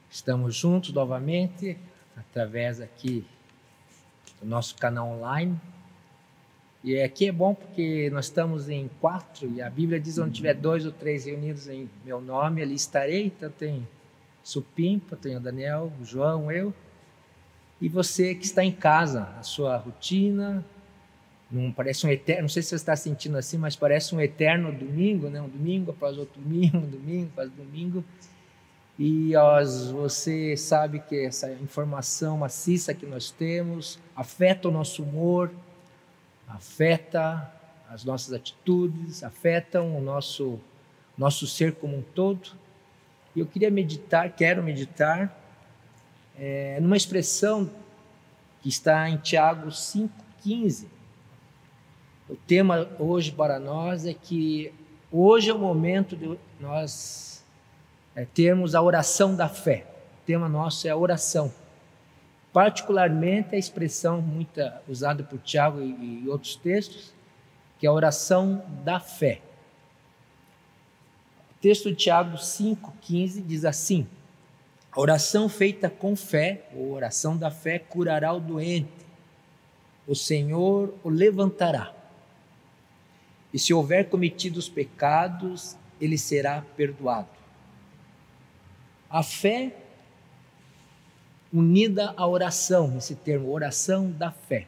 Estamos juntos novamente, através aqui do nosso canal online. E aqui é bom porque nós estamos em 4, e a Bíblia diz: onde tiver 2 ou 3 reunidos em meu nome, ali estarei. Então tem Supimpa, tem o Daniel, o João, eu. E você que está em casa, a sua rotina, não parece um eterno, não sei se você está sentindo assim, mas parece um eterno domingo, né? Um domingo após outro domingo, um domingo após domingo. E você sabe que essa informação maciça que nós temos afeta o nosso humor, afeta as nossas atitudes, afetam o nosso ser como um todo. E eu quero meditar numa expressão que está em Tiago 5,15. O tema hoje para nós é que hoje é o momento de nós termos a oração da fé. O tema nosso é a oração. Particularmente a expressão muito usada por Tiago e outros textos, que é a oração da fé. O texto de Tiago 5,15 diz assim: a oração feita com fé, ou oração da fé, curará o doente. O Senhor o levantará. E se houver cometido os pecados, ele será perdoado. A fé unida à oração, esse termo, oração da fé.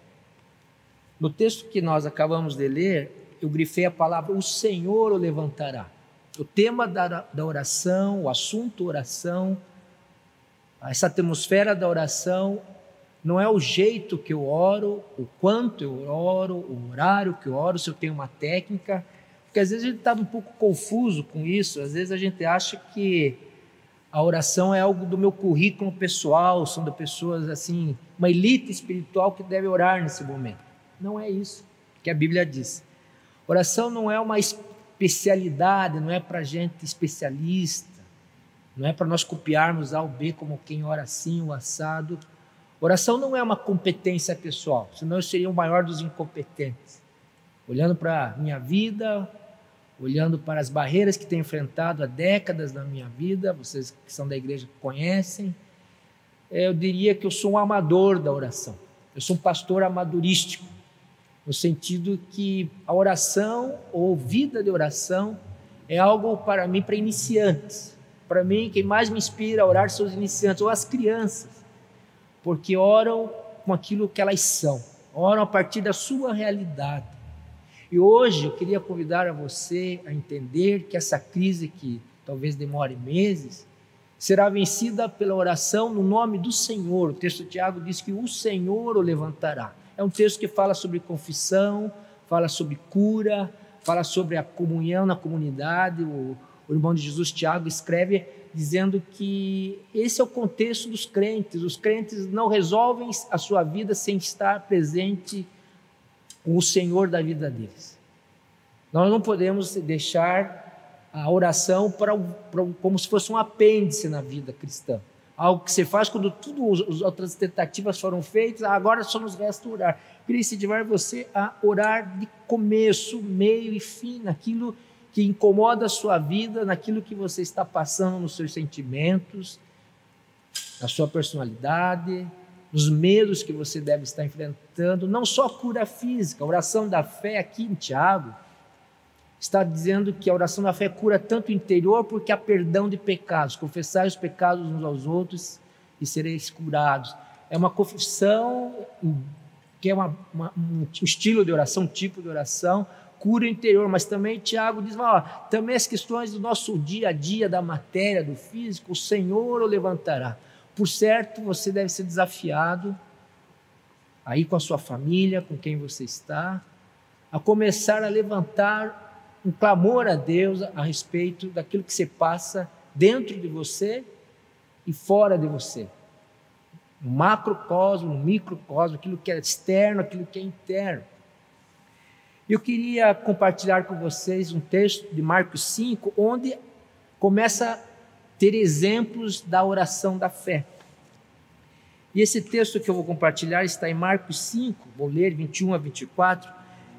No texto que nós acabamos de ler, eu grifei a palavra: o Senhor o levantará. O tema da oração, o assunto oração, essa atmosfera da oração, não é o jeito que eu oro, o quanto eu oro, o horário que eu oro, se eu tenho uma técnica, porque às vezes a gente está um pouco confuso com isso. Às vezes a gente acha que a oração é algo do meu currículo pessoal, são de pessoas assim, uma elite espiritual que deve orar nesse momento. Não é isso que a Bíblia diz. Oração não é uma especialidade, não é para gente especialista, não é para nós copiarmos A ou B como quem ora assim, o assado. Oração não é uma competência pessoal, senão eu seria o maior dos incompetentes. Olhando para a minha vida, olhando para as barreiras que tenho enfrentado há décadas na minha vida, vocês que são da igreja conhecem, eu diria que eu sou um amador da oração. Eu sou um pastor amadorístico, no sentido que a oração ou vida de oração é algo para mim, para iniciantes. Para mim, quem mais me inspira a orar são os iniciantes ou as crianças, porque oram com aquilo que elas são, oram a partir da sua realidade. E hoje eu queria convidar a você a entender que essa crise, que talvez demore meses, será vencida pela oração no nome do Senhor. O texto de Tiago diz que o Senhor o levantará. É um texto que fala sobre confissão, fala sobre cura, fala sobre a comunhão na comunidade. O irmão de Jesus, Tiago, escreve dizendo que esse é o contexto dos crentes. Os crentes não resolvem a sua vida sem estar presente o Senhor da vida deles. Nós não podemos deixar a oração como se fosse um apêndice na vida cristã, algo que você faz quando todas as outras tentativas foram feitas. Agora só nos resta orar. Queria incentivar você a orar de começo, meio e fim, naquilo que incomoda a sua vida, naquilo que você está passando, nos seus sentimentos, na sua personalidade, nos medos que você deve estar enfrentando. Não só cura física. A oração da fé aqui em Tiago está dizendo que a oração da fé cura tanto o interior, porque há perdão de pecados. Confessai os pecados uns aos outros e sereis curados. É uma confissão que é um estilo de oração, um tipo de oração, cura o interior. Mas também Tiago diz, também as questões do nosso dia a dia, da matéria, do físico, o Senhor o levantará. Por certo, você deve ser desafiado aí com a sua família, com quem você está, a começar a levantar um clamor a Deus a respeito daquilo que se passa dentro de você e fora de você. No macrocosmo, no microcosmo, aquilo que é externo, aquilo que é interno. Eu queria compartilhar com vocês um texto de Marcos 5, onde começa a ter exemplos da oração da fé. E esse texto que eu vou compartilhar está em Marcos 5, vou ler 21 a 24,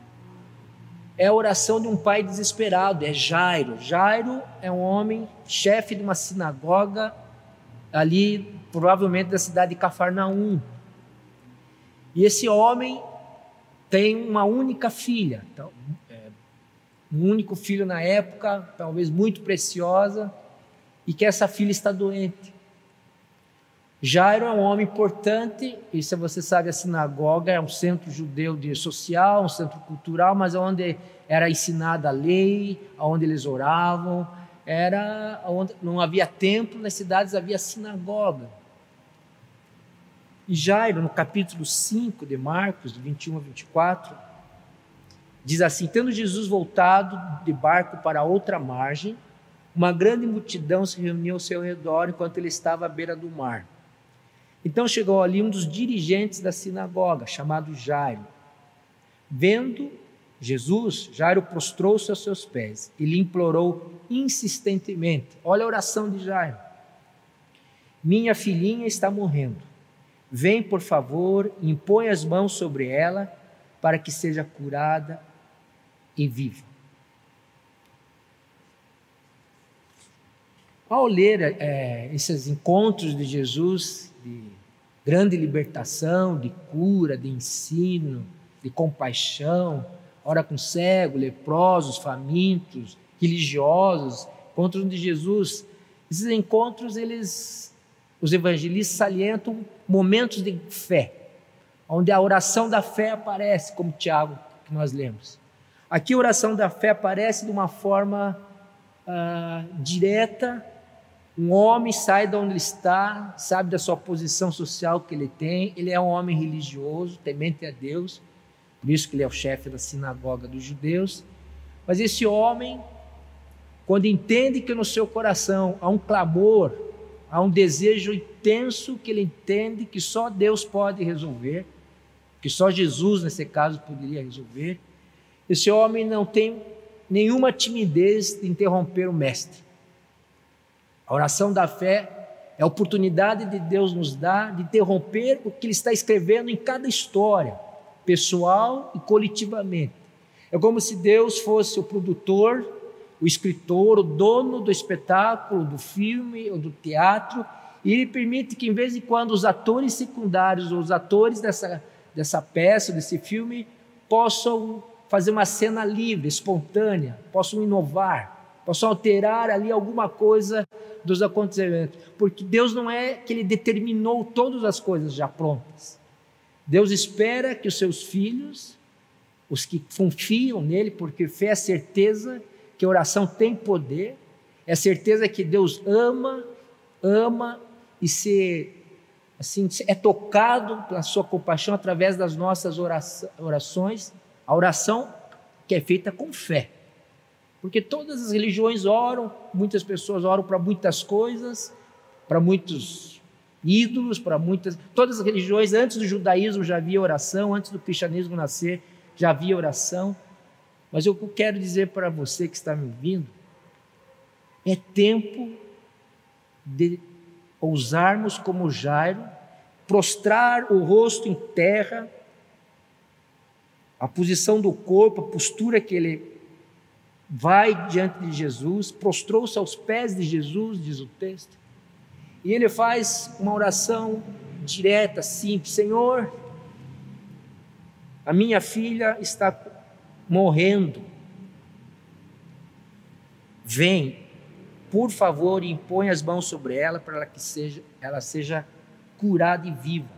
é a oração de um pai desesperado, é Jairo. Jairo é um homem, chefe de uma sinagoga, ali provavelmente da cidade de Cafarnaum. E esse homem tem uma única filha, então, um único filho na época, talvez muito preciosa, e que essa filha está doente. Jairo é um homem importante, e se você sabe, a sinagoga é um centro judeu social, um centro cultural, mas onde era ensinada a lei, onde eles oravam, era onde não havia templo, nas cidades havia sinagoga. E Jairo, no capítulo 5 de Marcos, de 21 a 24, diz assim: tendo Jesus voltado de barco para outra margem, uma grande multidão se reuniu ao seu redor enquanto ele estava à beira do mar. Então chegou ali um dos dirigentes da sinagoga, chamado Jairo. Vendo Jesus, Jairo prostrou-se aos seus pés e lhe implorou insistentemente. Olha a oração de Jairo: minha filhinha está morrendo. Vem, por favor, e impõe as mãos sobre ela para que seja curada e viva. Ao ler esses encontros de Jesus, de grande libertação, de cura, de ensino, de compaixão, ora com cego, leprosos, famintos, religiosos, encontros de Jesus, esses encontros, os evangelistas salientam momentos de fé, onde a oração da fé aparece, como Tiago, que nós lemos. Aqui a oração da fé aparece de uma forma direta. Um homem sai de onde ele está, sabe da sua posição social que ele tem, ele é um homem religioso, temente a Deus, por isso que ele é o chefe da sinagoga dos judeus, mas esse homem, quando entende que no seu coração há um clamor, há um desejo intenso que ele entende que só Deus pode resolver, que só Jesus nesse caso poderia resolver, esse homem não tem nenhuma timidez de interromper o mestre. A oração da fé é a oportunidade de Deus nos dar de interromper o que Ele está escrevendo em cada história, pessoal e coletivamente. É como se Deus fosse o produtor, o escritor, o dono do espetáculo, do filme ou do teatro, e Ele permite que, em vez de quando, os atores secundários ou os atores dessa peça, desse filme, possam fazer uma cena livre, espontânea, possam inovar, possam alterar ali alguma coisa dos acontecimentos, porque Deus não é que Ele determinou todas as coisas já prontas. Deus espera que os seus filhos, os que confiam nele, porque fé é a certeza que a oração tem poder, é a certeza que Deus ama e é tocado pela sua compaixão através das nossas orações, a oração que é feita com fé. Porque todas as religiões oram, muitas pessoas oram para muitas coisas, para muitos ídolos, todas as religiões, antes do judaísmo já havia oração, antes do cristianismo nascer já havia oração, mas eu quero dizer para você que está me ouvindo, é tempo de ousarmos como Jairo, prostrar o rosto em terra, a posição do corpo, a postura que ele vai diante de Jesus, prostrou-se aos pés de Jesus, diz o texto, e ele faz uma oração direta, simples: Senhor, a minha filha está morrendo, vem, por favor, e impõe as mãos sobre ela, para que ela seja curada e viva.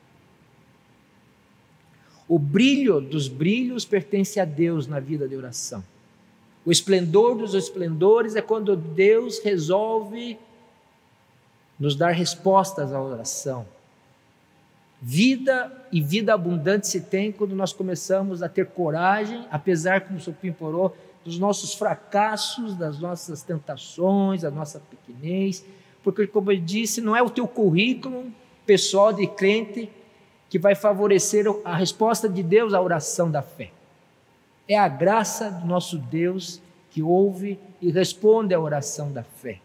O brilho dos brilhos pertence a Deus na vida de oração. O esplendor dos esplendores é quando Deus resolve nos dar respostas à oração. Vida e vida abundante se tem quando nós começamos a ter coragem, apesar, como o Sr. Pimporou, dos nossos fracassos, das nossas tentações, da nossa pequenez, porque, como eu disse, não é o teu currículo pessoal de crente que vai favorecer a resposta de Deus à oração da fé. É a graça do nosso Deus que ouve e responde à oração da fé.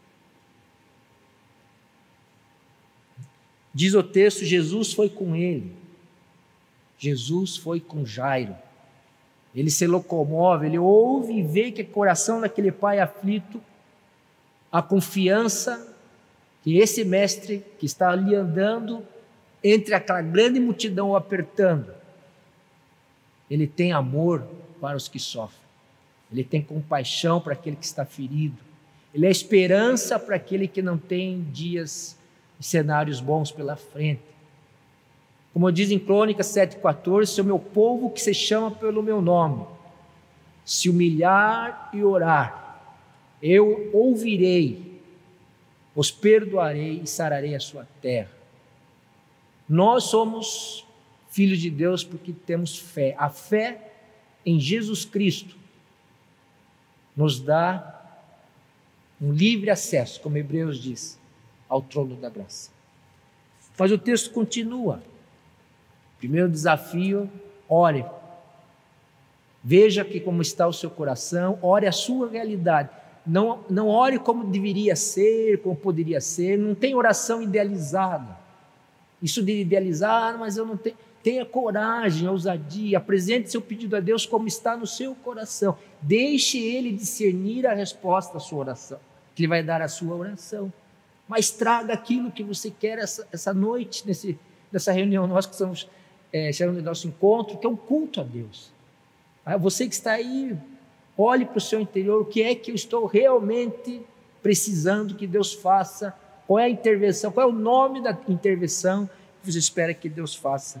Diz o texto, Jesus foi com ele. Jesus foi com Jairo. Ele se locomove, ele ouve e vê que o coração daquele pai aflito, a confiança que esse mestre que está ali andando entre aquela grande multidão o apertando, ele tem amor para os que sofrem, ele tem compaixão para aquele que está ferido, ele é esperança para aquele que não tem dias e cenários bons pela frente. Como diz em Crônicas 7,14, se o meu povo que se chama pelo meu nome se humilhar e orar, eu ouvirei, os perdoarei e sararei a sua terra. Nós somos filhos de Deus porque temos fé. A fé em Jesus Cristo nos dá um livre acesso, como Hebreus diz, ao trono da graça. Mas o texto continua. Primeiro desafio, ore. Veja que como está o seu coração, ore a sua realidade. Não ore como deveria ser, como poderia ser. Não tem oração idealizada. Isso de idealizar, mas eu não tenho. Tenha coragem, ousadia, apresente seu pedido a Deus como está no seu coração. Deixe Ele discernir a resposta à sua oração, que Ele vai dar à sua oração. Mas traga aquilo que você quer essa noite, nessa reunião nossa que estamos chamando de nosso encontro, que é um culto a Deus. Você que está aí, olhe para o seu interior, o que é que eu estou realmente precisando que Deus faça, qual é a intervenção, qual é o nome da intervenção que você espera que Deus faça.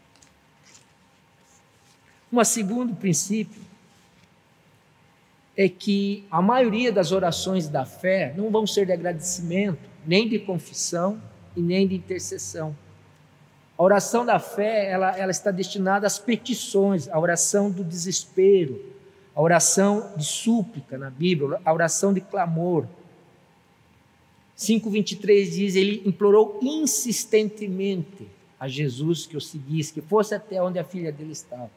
Um segundo princípio é que a maioria das orações da fé não vão ser de agradecimento, nem de confissão e nem de intercessão. A oração da fé, ela está destinada às petições, a oração do desespero, a oração de súplica na Bíblia, a oração de clamor. 5,23 diz, ele implorou insistentemente a Jesus que o seguisse, que fosse até onde a filha dele estava.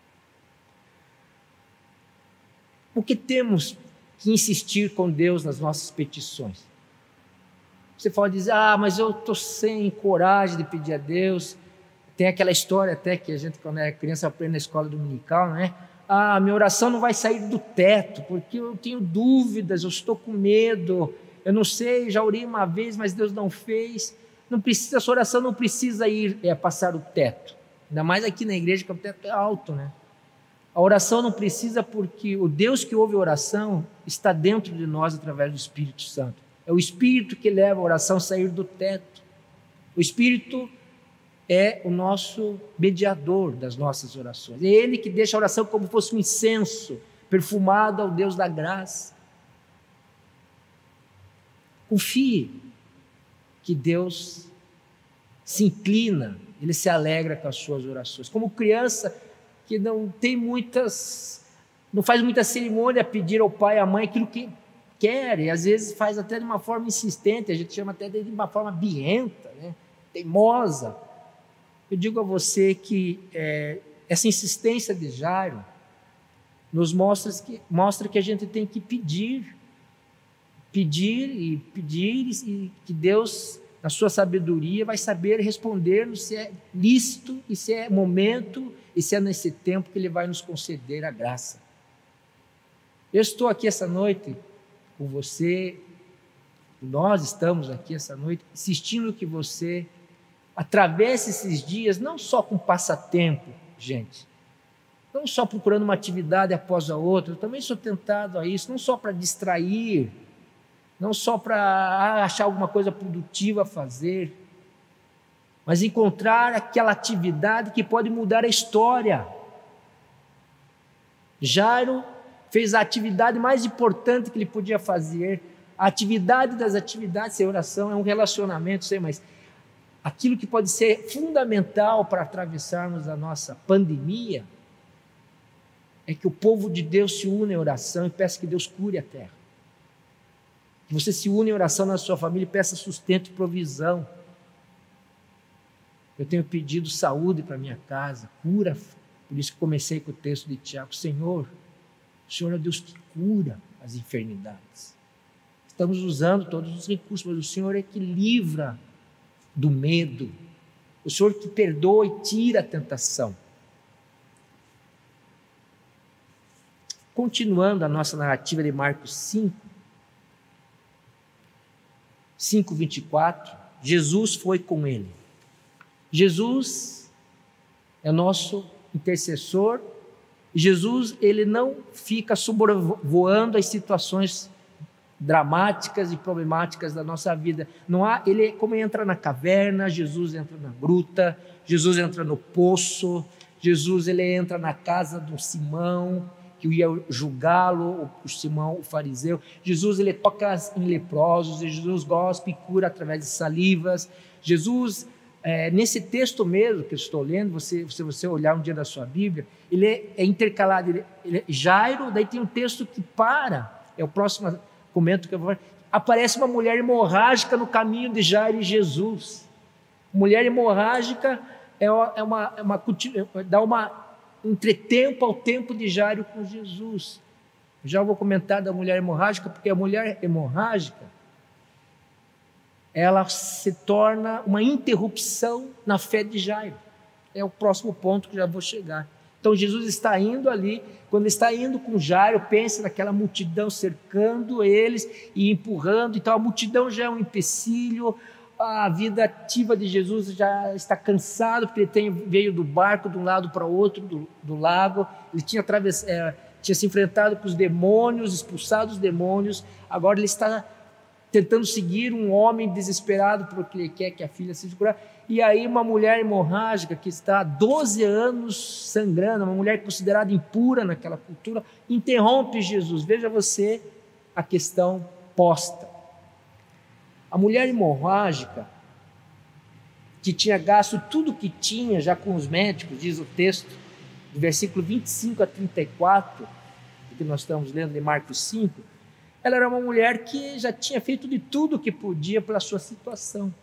Por que temos que insistir com Deus nas nossas petições? Você pode dizer, mas eu estou sem coragem de pedir a Deus. Tem aquela história até que a gente, quando é criança, aprende na escola dominical, não é? Minha oração não vai sair do teto, porque eu tenho dúvidas, eu estou com medo, eu não sei, já orei uma vez, mas Deus não fez. Não precisa, a sua oração não precisa passar o teto, ainda mais aqui na igreja, que o teto é alto, né? A oração não precisa, porque o Deus que ouve a oração está dentro de nós através do Espírito Santo. É o Espírito que leva a oração a sair do teto. O Espírito é o nosso mediador das nossas orações. É Ele que deixa a oração como fosse um incenso perfumado ao Deus da graça. Confie que Deus se inclina, Ele se alegra com as suas orações. Como criança que não faz muita cerimônia a pedir ao pai e à mãe aquilo que quer, e às vezes faz até de uma forma insistente, a gente chama até de uma forma birrenta, né? Teimosa. Eu digo a você que essa insistência de Jairo nos mostra que a gente tem que pedir e que Deus, na sua sabedoria, vai saber responder-nos se é lícito e se é momento e se é nesse tempo que Ele vai nos conceder a graça. Eu estou aqui essa noite com você, nós estamos aqui essa noite insistindo que você atravesse esses dias, não só com passatempo, gente, não só procurando uma atividade após a outra, eu também sou tentado a isso, não só para distrair, não só para achar alguma coisa produtiva a fazer, mas encontrar aquela atividade que pode mudar a história. Jairo fez a atividade mais importante que ele podia fazer, a atividade das atividades, sem oração, é um relacionamento, mas aquilo que pode ser fundamental para atravessarmos a nossa pandemia é que o povo de Deus se une em oração e peça que Deus cure a terra. Que você se une em oração na sua família e peça sustento e provisão. Eu tenho pedido saúde para minha casa, cura, por isso que comecei com o texto de Tiago. Senhor, o Senhor é Deus que cura as enfermidades. Estamos usando todos os recursos, mas o Senhor é que livra do medo, o Senhor que perdoa e tira a tentação. Continuando a nossa narrativa de Marcos 5, 5:24, Jesus foi com ele. Jesus é nosso intercessor. Jesus, ele não fica sobrevoando as situações dramáticas e problemáticas da nossa vida. Não há, ele como entra na caverna, Jesus entra na gruta, Jesus entra no poço, Jesus ele entra na casa do Simão, que ia julgá-lo, o Simão, o fariseu. Jesus ele toca em leprosos, Jesus gospe e cura através de salivas. Jesus, nesse texto mesmo que eu estou lendo, se você olhar um dia da sua Bíblia, ele é intercalado, Jairo, daí tem um texto que é o próximo comento que eu vou falar, aparece uma mulher hemorrágica no caminho de Jairo e Jesus. Mulher hemorrágica dá um entretempo ao tempo de Jairo com Jesus. Já vou comentar da mulher hemorrágica, porque a mulher hemorrágica, ela se torna uma interrupção na fé de Jairo. É o próximo ponto que já vou chegar. Então Jesus está indo ali, quando está indo com Jairo, pensa naquela multidão cercando eles e empurrando, então a multidão já é um empecilho, a vida ativa de Jesus já está cansado, porque ele veio do barco de um lado para o outro do lago, ele tinha se enfrentado com os demônios, expulsado os demônios, agora ele está tentando seguir um homem desesperado porque ele quer que a filha seja curada. E aí uma mulher hemorrágica que está há 12 anos sangrando, uma mulher considerada impura naquela cultura, interrompe Jesus. Veja você a questão posta. A mulher hemorrágica, que tinha gasto tudo que tinha já com os médicos, diz o texto, do versículo 25 a 34, que nós estamos lendo de Marcos 5, ela era uma mulher que já tinha feito de tudo o que podia pela sua situação.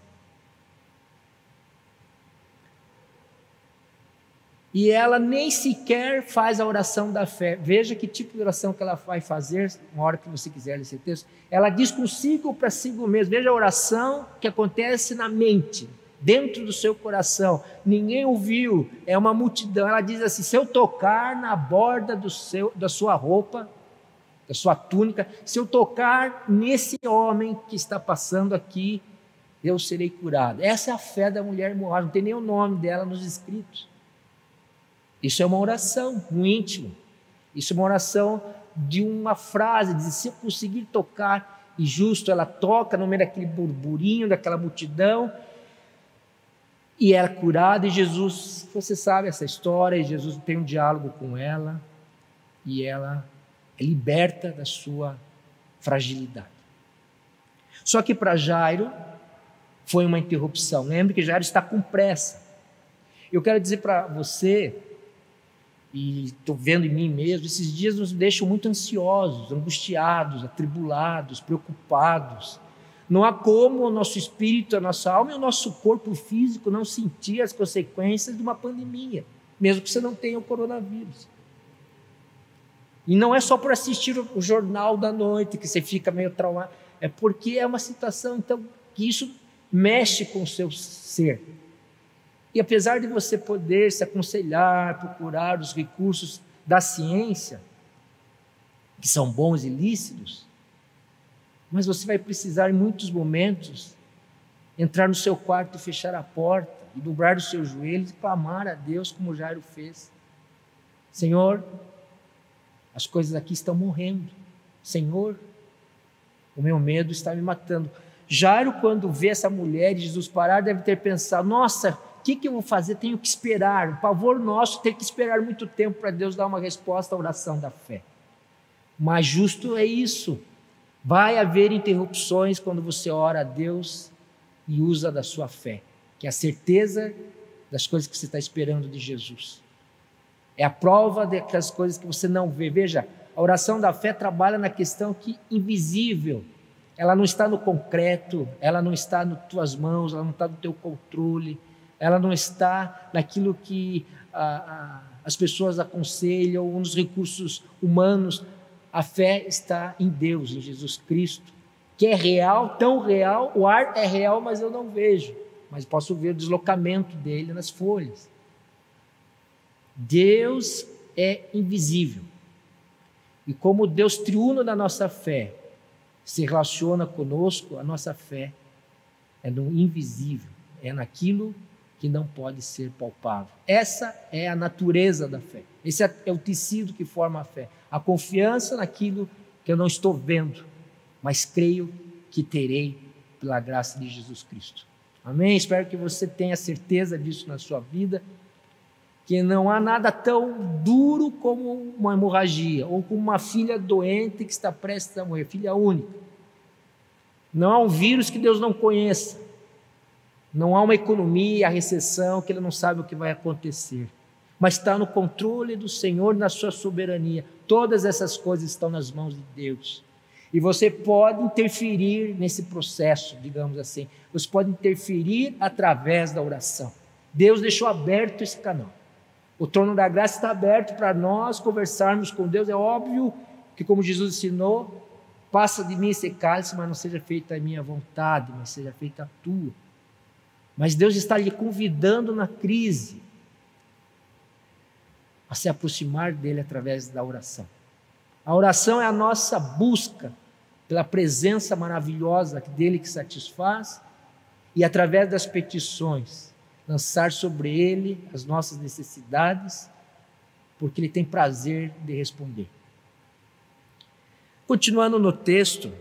E ela nem sequer faz a oração da fé. Veja que tipo de oração que ela vai fazer, uma hora que você quiser ler esse texto. Ela diz consigo para si mesmo. Veja a oração que acontece na mente, dentro do seu coração. Ninguém ouviu, é uma multidão. Ela diz assim: se eu tocar na borda da sua roupa, da sua túnica, se eu tocar nesse homem que está passando aqui, eu serei curado. Essa é a fé da mulher hemorrágica, não tem nem o nome dela nos escritos. Isso é uma oração no íntimo. Isso é uma oração de uma frase, de se eu conseguir tocar, e justo ela toca no meio daquele burburinho, daquela multidão, e ela é curada, e Jesus, você sabe essa história, e Jesus tem um diálogo com ela, e ela é liberta da sua fragilidade. Só que para Jairo foi uma interrupção. Lembre que Jairo está com pressa. Eu quero dizer para você, e estou vendo em mim mesmo, esses dias nos deixam muito ansiosos, angustiados, atribulados, preocupados. Não há como o nosso espírito, a nossa alma e o nosso corpo físico não sentir as consequências de uma pandemia, mesmo que você não tenha o coronavírus. E não é só por assistir o jornal da noite que você fica meio traumado, é porque é uma situação então, que isso mexe com o seu ser. E apesar de você poder se aconselhar, procurar os recursos da ciência, que são bons e lícitos, mas você vai precisar em muitos momentos entrar no seu quarto e fechar a porta, e dobrar os seus joelhos e clamar a Deus como Jairo fez. Senhor, as coisas aqui estão morrendo. Senhor, o meu medo está me matando. Jairo, quando vê essa mulher e Jesus parar, deve ter pensado: nossa, o que eu vou fazer? Tenho que esperar. O pavor nosso tem que esperar muito tempo para Deus dar uma resposta à oração da fé. Mas justo é isso. Vai haver interrupções quando você ora a Deus e usa da sua fé, que é a certeza das coisas que você está esperando de Jesus. É a prova daquelas coisas que você não vê. Veja, a oração da fé trabalha na questão que invisível. Ela não está no concreto, ela não está nas tuas mãos, ela não está no teu controle, ela não está naquilo que as pessoas aconselham ou nos recursos humanos. A fé está em Deus, em Jesus Cristo, que é real, tão real. O ar é real, mas eu não vejo, mas posso ver o deslocamento dele nas folhas. Deus é invisível, e como Deus triuno da nossa fé se relaciona conosco, a nossa fé é no invisível, é naquilo que não pode ser palpável. Essa é a natureza da fé. Esse é o tecido que forma a fé. A confiança naquilo que eu não estou vendo, mas creio que terei pela graça de Jesus Cristo. Amém? Espero que você tenha certeza disso na sua vida, que não há nada tão duro como uma hemorragia, ou como uma filha doente que está prestes a morrer, filha única. Não há um vírus que Deus não conheça. Não há uma economia, a recessão, que Ele não sabe o que vai acontecer. Mas está no controle do Senhor, na sua soberania. Todas essas coisas estão nas mãos de Deus. E você pode interferir nesse processo, digamos assim. Você pode interferir através da oração. Deus deixou aberto esse canal. O trono da graça está aberto para nós conversarmos com Deus. É óbvio que, como Jesus ensinou, passa de mim esse cálice, mas não seja feita a minha vontade, mas seja feita a tua. Mas Deus está lhe convidando na crise a se aproximar dele através da oração. A oração é a nossa busca pela presença maravilhosa dele que satisfaz, e através das petições lançar sobre ele as nossas necessidades, porque ele tem prazer de responder. Continuando no texto,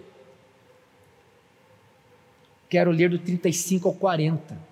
quero ler do 35 ao 40.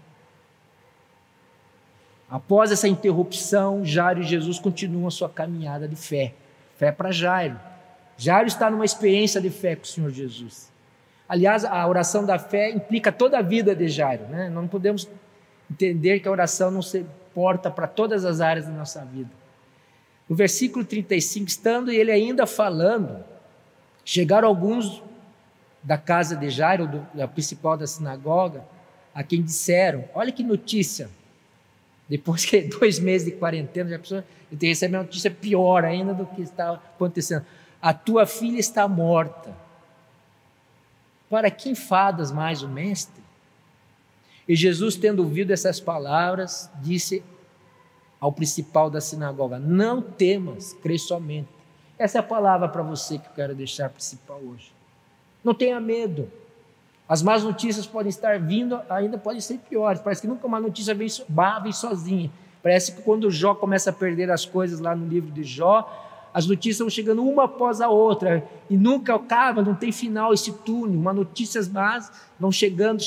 Após essa interrupção, Jairo e Jesus continuam a sua caminhada de fé. Fé para Jairo. Jairo está numa experiência de fé com o Senhor Jesus. Aliás, a oração da fé implica toda a vida de Jairo, né? Não podemos entender que a oração não se porta para todas as áreas da nossa vida. No versículo 35, estando ele ainda falando, chegaram alguns da casa de Jairo, da principal da sinagoga, a quem disseram: olha que notícia, depois que 2 meses de quarentena, já precisou receber uma notícia pior ainda do que está acontecendo. A tua filha está morta. Para que enfadas mais o mestre? E Jesus, tendo ouvido essas palavras, disse ao principal da sinagoga: não temas, crê somente. Essa é a palavra para você que eu quero deixar principal hoje. Não tenha medo. As más notícias podem estar vindo, ainda podem ser piores. Parece que nunca uma notícia vem sozinha. Parece que quando Jó começa a perder as coisas lá no livro de Jó, as notícias vão chegando uma após a outra e nunca acaba, não tem final esse túnel. Uma notícias más vão chegando.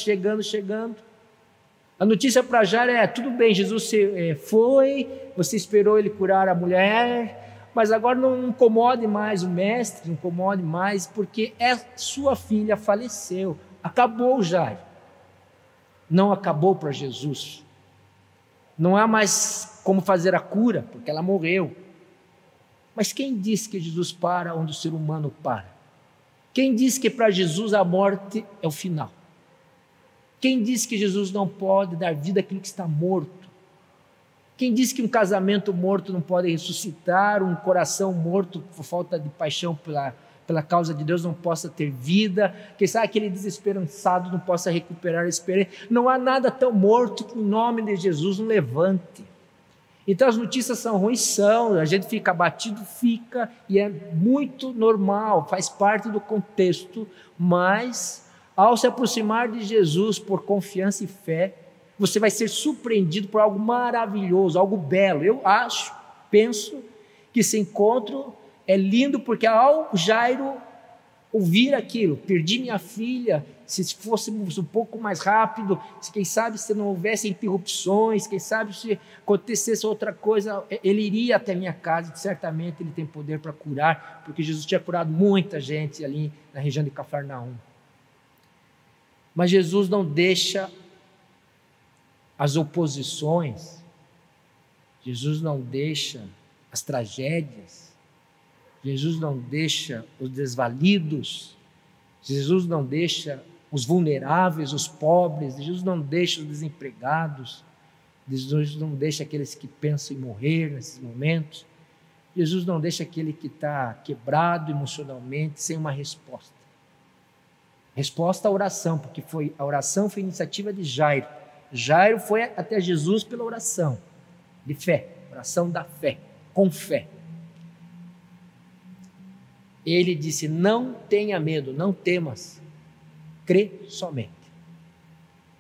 A notícia para Jairo é: tudo bem, Jesus foi, você esperou ele curar a mulher, mas agora não incomode mais o mestre, não incomode mais, porque sua filha faleceu. Acabou, Jairo. Não acabou para Jesus. Não há mais como fazer a cura, porque ela morreu. Mas quem disse que Jesus para onde o ser humano para? Quem disse que para Jesus a morte é o final? Quem disse que Jesus não pode dar vida àquilo que está morto? Quem disse que um casamento morto não pode ressuscitar, um coração morto por falta de paixão pela causa de Deus não possa ter vida, quem sabe aquele desesperançado não possa recuperar a esperança? Não há nada tão morto que o nome de Jesus não levante. Então as notícias são ruins, a gente fica abatido, e é muito normal, faz parte do contexto, mas ao se aproximar de Jesus por confiança e fé, você vai ser surpreendido por algo maravilhoso, algo belo. Eu penso que esse encontro é lindo, porque ao Jairo ouvir aquilo: perdi minha filha, se fôssemos um pouco mais rápido, quem sabe se não houvesse interrupções, quem sabe se acontecesse outra coisa, ele iria até minha casa, e certamente ele tem poder para curar, porque Jesus tinha curado muita gente ali na região de Cafarnaum. Mas Jesus não deixa as oposições, Jesus não deixa as tragédias, Jesus não deixa os desvalidos, Jesus não deixa os vulneráveis, os pobres, Jesus não deixa os desempregados, Jesus não deixa aqueles que pensam em morrer nesses momentos, Jesus não deixa aquele que está quebrado emocionalmente sem uma resposta. Resposta à oração, porque a oração foi iniciativa de Jairo. Jairo foi até Jesus pela oração de fé, oração da fé, com fé. Ele disse: não tenha medo, não temas, crê somente.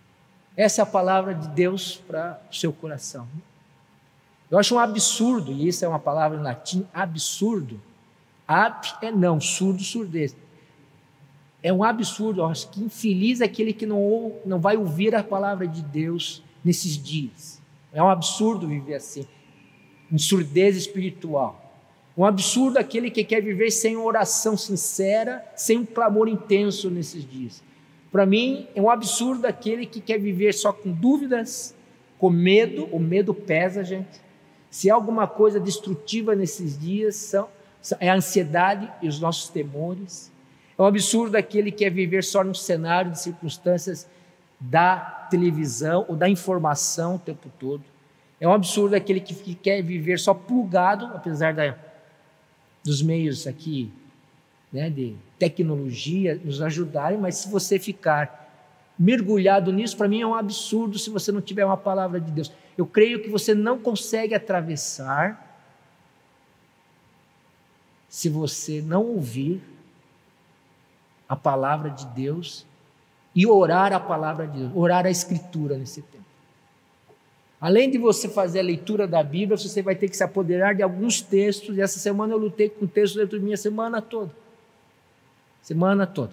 Essa é a palavra de Deus para o seu coração. Eu acho um absurdo, e isso é uma palavra em latim, absurdo. Ab é não, surdo, surdez. É um absurdo, eu acho que infeliz é aquele que não vai ouvir a palavra de Deus nesses dias. É um absurdo viver assim, em surdez espiritual. Um absurdo aquele que quer viver sem oração sincera, sem um clamor intenso nesses dias. Para mim, é um absurdo aquele que quer viver só com dúvidas, com medo. O medo pesa, gente. Se há alguma coisa destrutiva nesses dias, é a ansiedade e os nossos temores. É um absurdo aquele que quer viver só num cenário de circunstâncias da televisão ou da informação o tempo todo. É um absurdo aquele que quer viver só plugado, apesar dos meios aqui, né, de tecnologia nos ajudarem, mas se você ficar mergulhado nisso, para mim é um absurdo se você não tiver uma palavra de Deus. Eu creio que você não consegue atravessar se você não ouvir a palavra de Deus e orar a palavra de Deus, orar a Escritura nesse tempo. Além de você fazer a leitura da Bíblia, você vai ter que se apoderar de alguns textos, e essa semana eu lutei com textos dentro da minha semana toda. Semana toda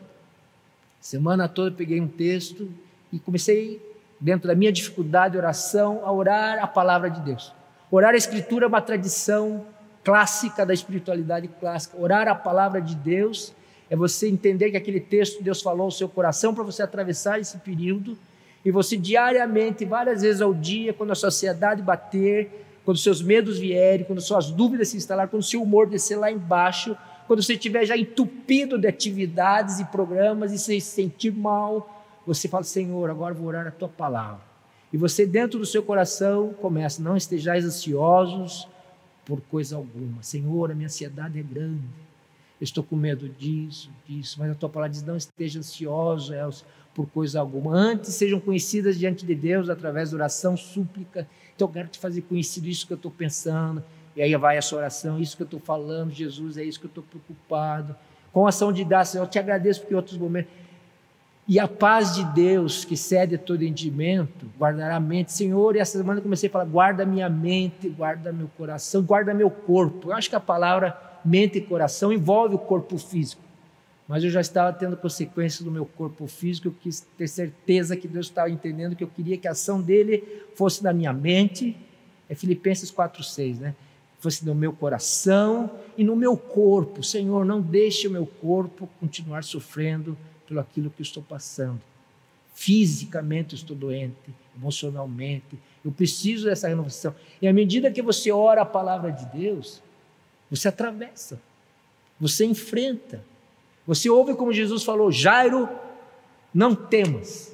eu peguei um texto e comecei, dentro da minha dificuldade de oração, a orar a palavra de Deus. Orar a Escritura é uma tradição clássica da espiritualidade clássica. Orar a palavra de Deus é você entender que aquele texto Deus falou ao seu coração para você atravessar esse período, e você diariamente, várias vezes ao dia, quando a sociedade bater, quando seus medos vierem, quando suas dúvidas se instalarem, quando o seu humor descer lá embaixo, quando você estiver já entupido de atividades e programas e se sentir mal, você fala: Senhor, agora vou orar a tua palavra. E você, dentro do seu coração, começa: não estejais ansiosos por coisa alguma. Senhor, a minha ansiedade é grande, eu estou com medo disso, mas a tua palavra diz: não esteja ansioso, Elcio, por coisa alguma. Antes sejam conhecidas diante de Deus através da oração, súplica. Então eu quero te fazer conhecido isso que eu estou pensando. E aí vai a sua oração: isso que eu estou falando, Jesus, é isso que eu estou preocupado. Com ação de graça, Senhor, eu te agradeço porque em outros momentos. E a paz de Deus, que excede todo entendimento, guardará a mente. Senhor, e essa semana eu comecei a falar: guarda minha mente, guarda meu coração, guarda meu corpo. Eu acho que a palavra mente e coração envolve o corpo físico, mas eu já estava tendo consequências do meu corpo físico. Eu quis ter certeza que Deus estava entendendo que eu queria que a ação dele fosse na minha mente. É Filipenses 4:6, né? Fosse no meu coração e no meu corpo. Senhor, não deixe o meu corpo continuar sofrendo pelo aquilo que eu estou passando. Fisicamente eu estou doente, emocionalmente, eu preciso dessa renovação. E à medida que você ora a palavra de Deus, você atravessa, você enfrenta, você ouve como Jesus falou: Jairo, não temas,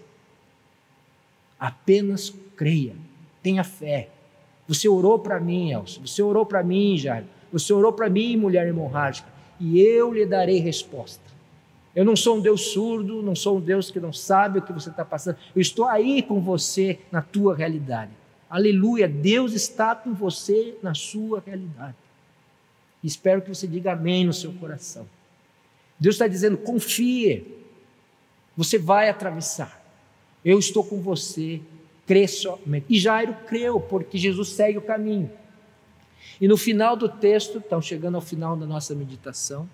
apenas creia, tenha fé. Você orou para mim, Elcio, você orou para mim, Jairo, você orou para mim, mulher hemorrágica, e eu lhe darei resposta. Eu não sou um Deus surdo, não sou um Deus que não sabe o que você está passando. Eu estou aí com você na tua realidade. Aleluia, Deus está com você na sua realidade. E espero que você diga amém no seu coração. Deus está dizendo: confie, você vai atravessar. Eu estou com você, crê somente. E Jairo creu, porque Jesus segue o caminho. E no final do texto, estamos chegando ao final da nossa meditação,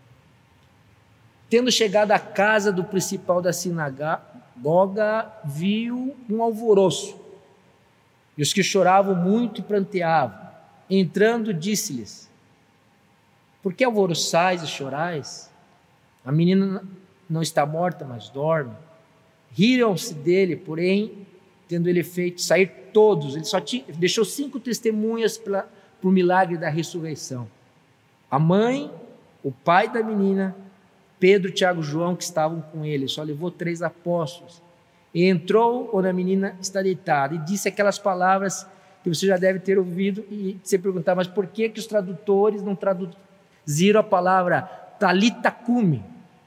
tendo chegado à casa do principal da sinagoga, viu um alvoroço, e os que choravam muito e pranteavam. Entrando, disse-lhes: por que alvoroçais e chorais? A menina não está morta, mas dorme. Riram-se dele, porém, tendo ele feito sair todos, ele só deixou 5 testemunhas para o milagre da ressurreição: a mãe, o pai da menina, Pedro, Tiago e João, que estavam com ele. Só levou 3 apóstolos. E entrou onde a menina está deitada e disse aquelas palavras que você já deve ter ouvido e se perguntar: mas por que os tradutores não traduziram a palavra Talita cumi?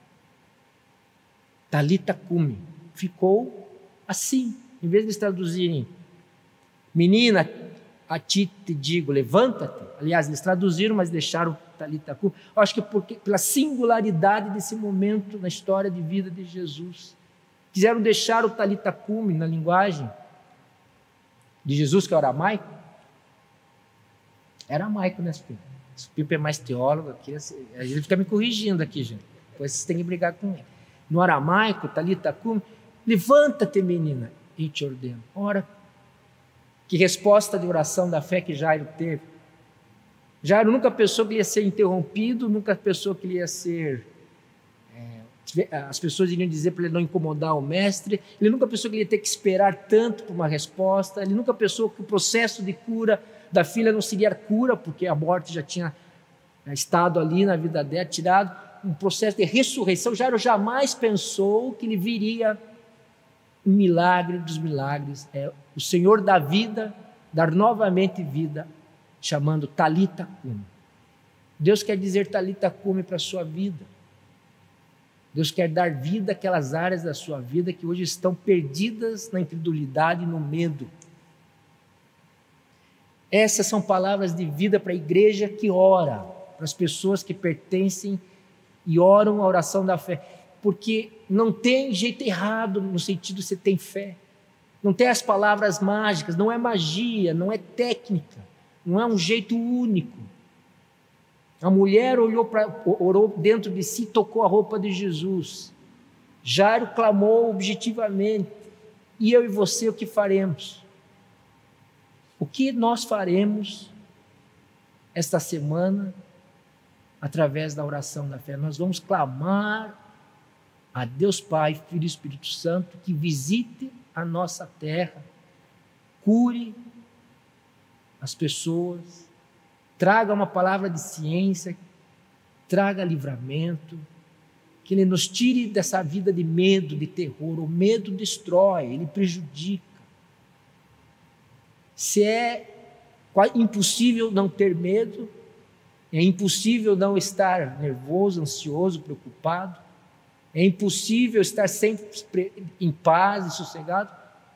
Talita cumi. Ficou assim. Em vez de eles traduzirem: menina, a ti te digo, levanta-te. Aliás, eles traduziram, mas deixaram Talita cumi. Eu acho que pela singularidade desse momento na história de vida de Jesus, que quiseram deixar o Talita Cumi na linguagem de Jesus, que é o aramaico. É aramaico, né, Pipa? O Pipa é mais teólogo aqui, a gente fica me corrigindo aqui, gente. Depois vocês têm que brigar com ele. No aramaico, Talita Cumi, levanta-te, menina, e te ordeno. Ora, que resposta de oração da fé que Jairo teve. Jairo nunca pensou que ele ia ser interrompido, nunca pensou que ele ia ser... as pessoas iriam dizer para ele não incomodar o mestre, ele nunca pensou que ele ia ter que esperar tanto por uma resposta, ele nunca pensou que o processo de cura da filha não seria cura, porque a morte já tinha estado ali na vida dela, tirado um processo de ressurreição. Jairo jamais pensou que ele viria um milagre dos milagres, o Senhor da vida, dar novamente vida, chamando Talita Cumi. Deus quer dizer Talita Cumi para a sua vida. Deus quer dar vida àquelas áreas da sua vida que hoje estão perdidas na incredulidade e no medo. Essas são palavras de vida para a igreja que ora, para as pessoas que pertencem e oram a oração da fé. Porque não tem jeito errado no sentido de você tem fé. Não tem as palavras mágicas, não é magia, não é técnica, não é um jeito único. A mulher orou dentro de si, tocou a roupa de Jesus. Jairo clamou objetivamente. E eu e você, o que faremos? O que nós faremos esta semana através da oração da fé? Nós vamos clamar a Deus Pai, Filho e Espírito Santo que visite a nossa terra, cure as pessoas, traga uma palavra de ciência, traga livramento, que Ele nos tire dessa vida de medo, de terror. O medo destrói, ele prejudica. Se é impossível não ter medo, é impossível não estar nervoso, ansioso, preocupado, é impossível estar sempre em paz e sossegado,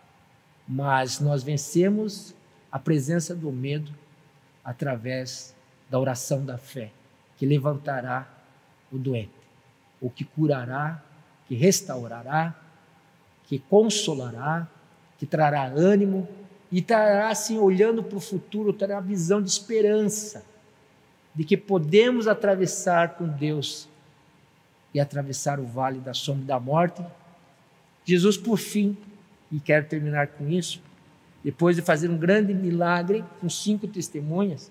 mas nós vencemos a presença do medo através da oração da fé, que levantará o doente, o que curará, que restaurará, que consolará, que trará ânimo e trará, assim, olhando para o futuro, trará uma visão de esperança, de que podemos atravessar com Deus e atravessar o vale da sombra da morte. Jesus, por fim, e quero terminar com isso, depois de fazer um grande milagre com 5 testemunhas,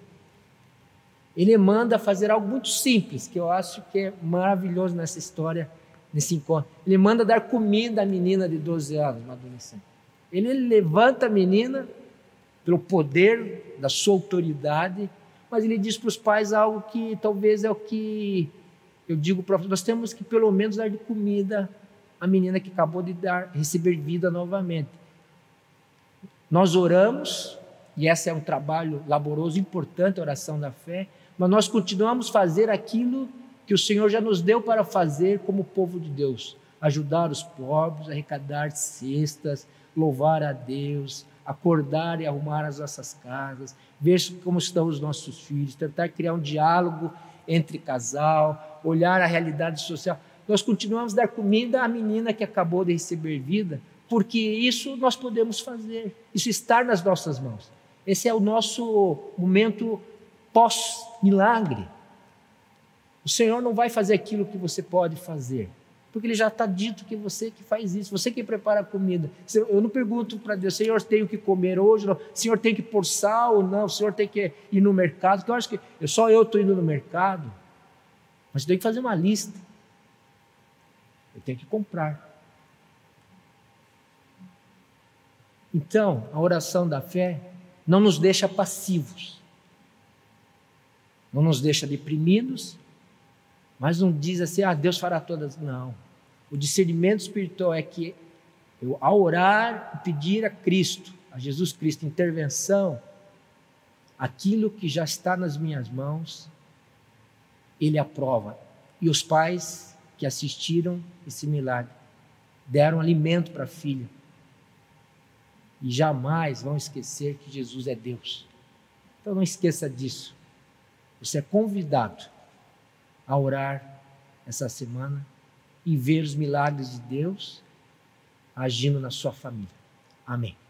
ele manda fazer algo muito simples, que eu acho que é maravilhoso nessa história, nesse encontro. Ele manda dar comida à menina de 12 anos, uma adolescente. Ele levanta a menina pelo poder da sua autoridade, mas ele diz para os pais algo que talvez é o que eu digo para vocês: nós temos que pelo menos dar de comida à menina que acabou de receber vida novamente. Nós oramos, e esse é um trabalho laboroso, importante, a oração da fé, mas nós continuamos a fazer aquilo que o Senhor já nos deu para fazer como povo de Deus: ajudar os pobres, arrecadar cestas, louvar a Deus, acordar e arrumar as nossas casas, ver como estão os nossos filhos, tentar criar um diálogo entre casal, olhar a realidade social. Nós continuamos a dar comida à menina que acabou de receber vida, porque isso nós podemos fazer, isso está nas nossas mãos. Esse é o nosso momento pós-milagre. O Senhor não vai fazer aquilo que você pode fazer, porque Ele já está dito que você que faz isso, você que prepara a comida. Eu não pergunto para Deus: Senhor, tenho que comer hoje? Não. Senhor, tem que pôr sal ou não? Senhor, tem que ir no mercado? Porque eu acho que só eu estou indo no mercado, mas eu tenho que fazer uma lista, eu tenho que comprar. Então, a oração da fé não nos deixa passivos, não nos deixa deprimidos, mas não diz assim: Deus fará todas. Não. O discernimento espiritual é que eu, ao orar e pedir a Cristo, a Jesus Cristo, intervenção, aquilo que já está nas minhas mãos, Ele aprova. E os pais que assistiram esse milagre deram alimento para a filha, e jamais vão esquecer que Jesus é Deus. Então não esqueça disso. Você é convidado a orar essa semana e ver os milagres de Deus agindo na sua família. Amém.